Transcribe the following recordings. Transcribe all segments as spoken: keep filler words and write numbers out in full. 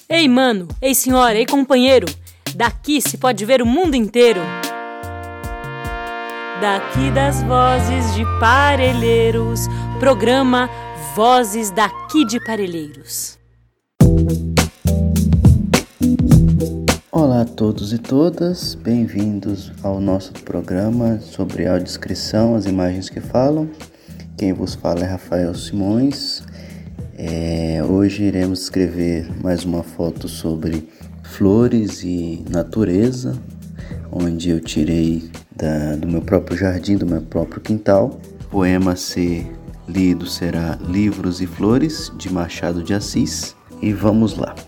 Ei, mano, ei, senhora, ei, companheiro, daqui se pode ver o mundo inteiro. Daqui das vozes de Parelheiros, programa Vozes daqui de Parelheiros. Olá a todos e todas, bem-vindos ao nosso programa sobre audiodescrição, as imagens que falam. Quem vos fala é Rafael Simões. É, hoje iremos escrever mais uma foto sobre flores e natureza, onde eu tirei da, do meu próprio jardim, do meu próprio quintal. O poema a ser lido será Livros e Flores, de Machado de Assis. E vamos lá.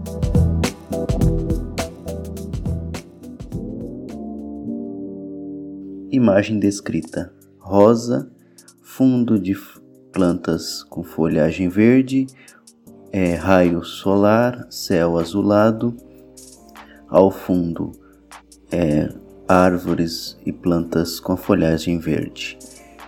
Imagem descrita: rosa, fundo de plantas com folhagem verde, é, raio solar, céu azulado, ao fundo é, árvores e plantas com folhagem verde.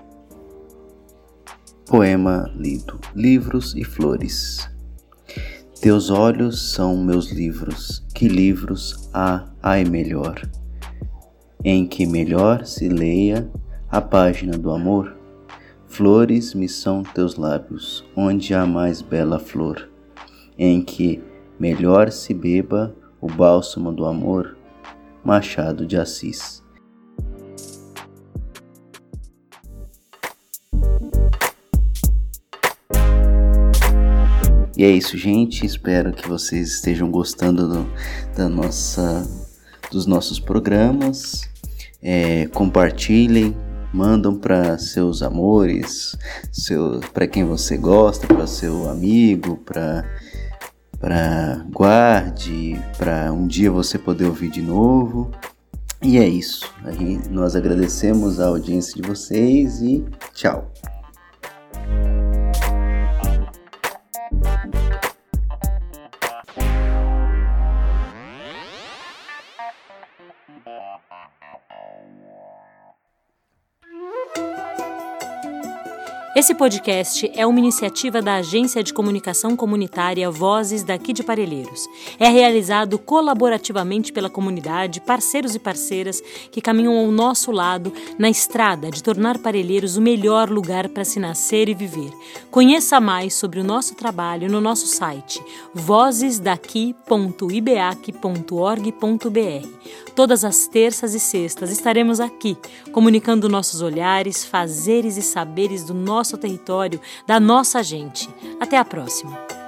Poema lido: Livros e Flores. Teus olhos são meus livros, que livros há, ai melhor, em que melhor se leia a página do amor. Flores me são teus lábios, onde há mais bela flor, em que melhor se beba o bálsamo do amor. Machado de Assis. E é isso, gente. Espero que vocês estejam gostando do, da nossa, dos nossos programas. É, compartilhem. Mandam para seus amores, seu, para quem você gosta, para seu amigo, para para guarde, para um dia você poder ouvir de novo. E é isso. A gente, nós agradecemos a audiência de vocês e tchau. Esse podcast é uma iniciativa da Agência de Comunicação Comunitária Vozes daqui de Parelheiros. É realizado colaborativamente pela comunidade, parceiros e parceiras que caminham ao nosso lado na estrada de tornar Parelheiros o melhor lugar para se nascer e viver. Conheça mais sobre o nosso trabalho no nosso site vozes daqui ponto i b a c ponto org ponto b r. Todas as terças e sextas estaremos aqui, comunicando nossos olhares, fazeres e saberes do nosso território, da nossa gente. Até a próxima!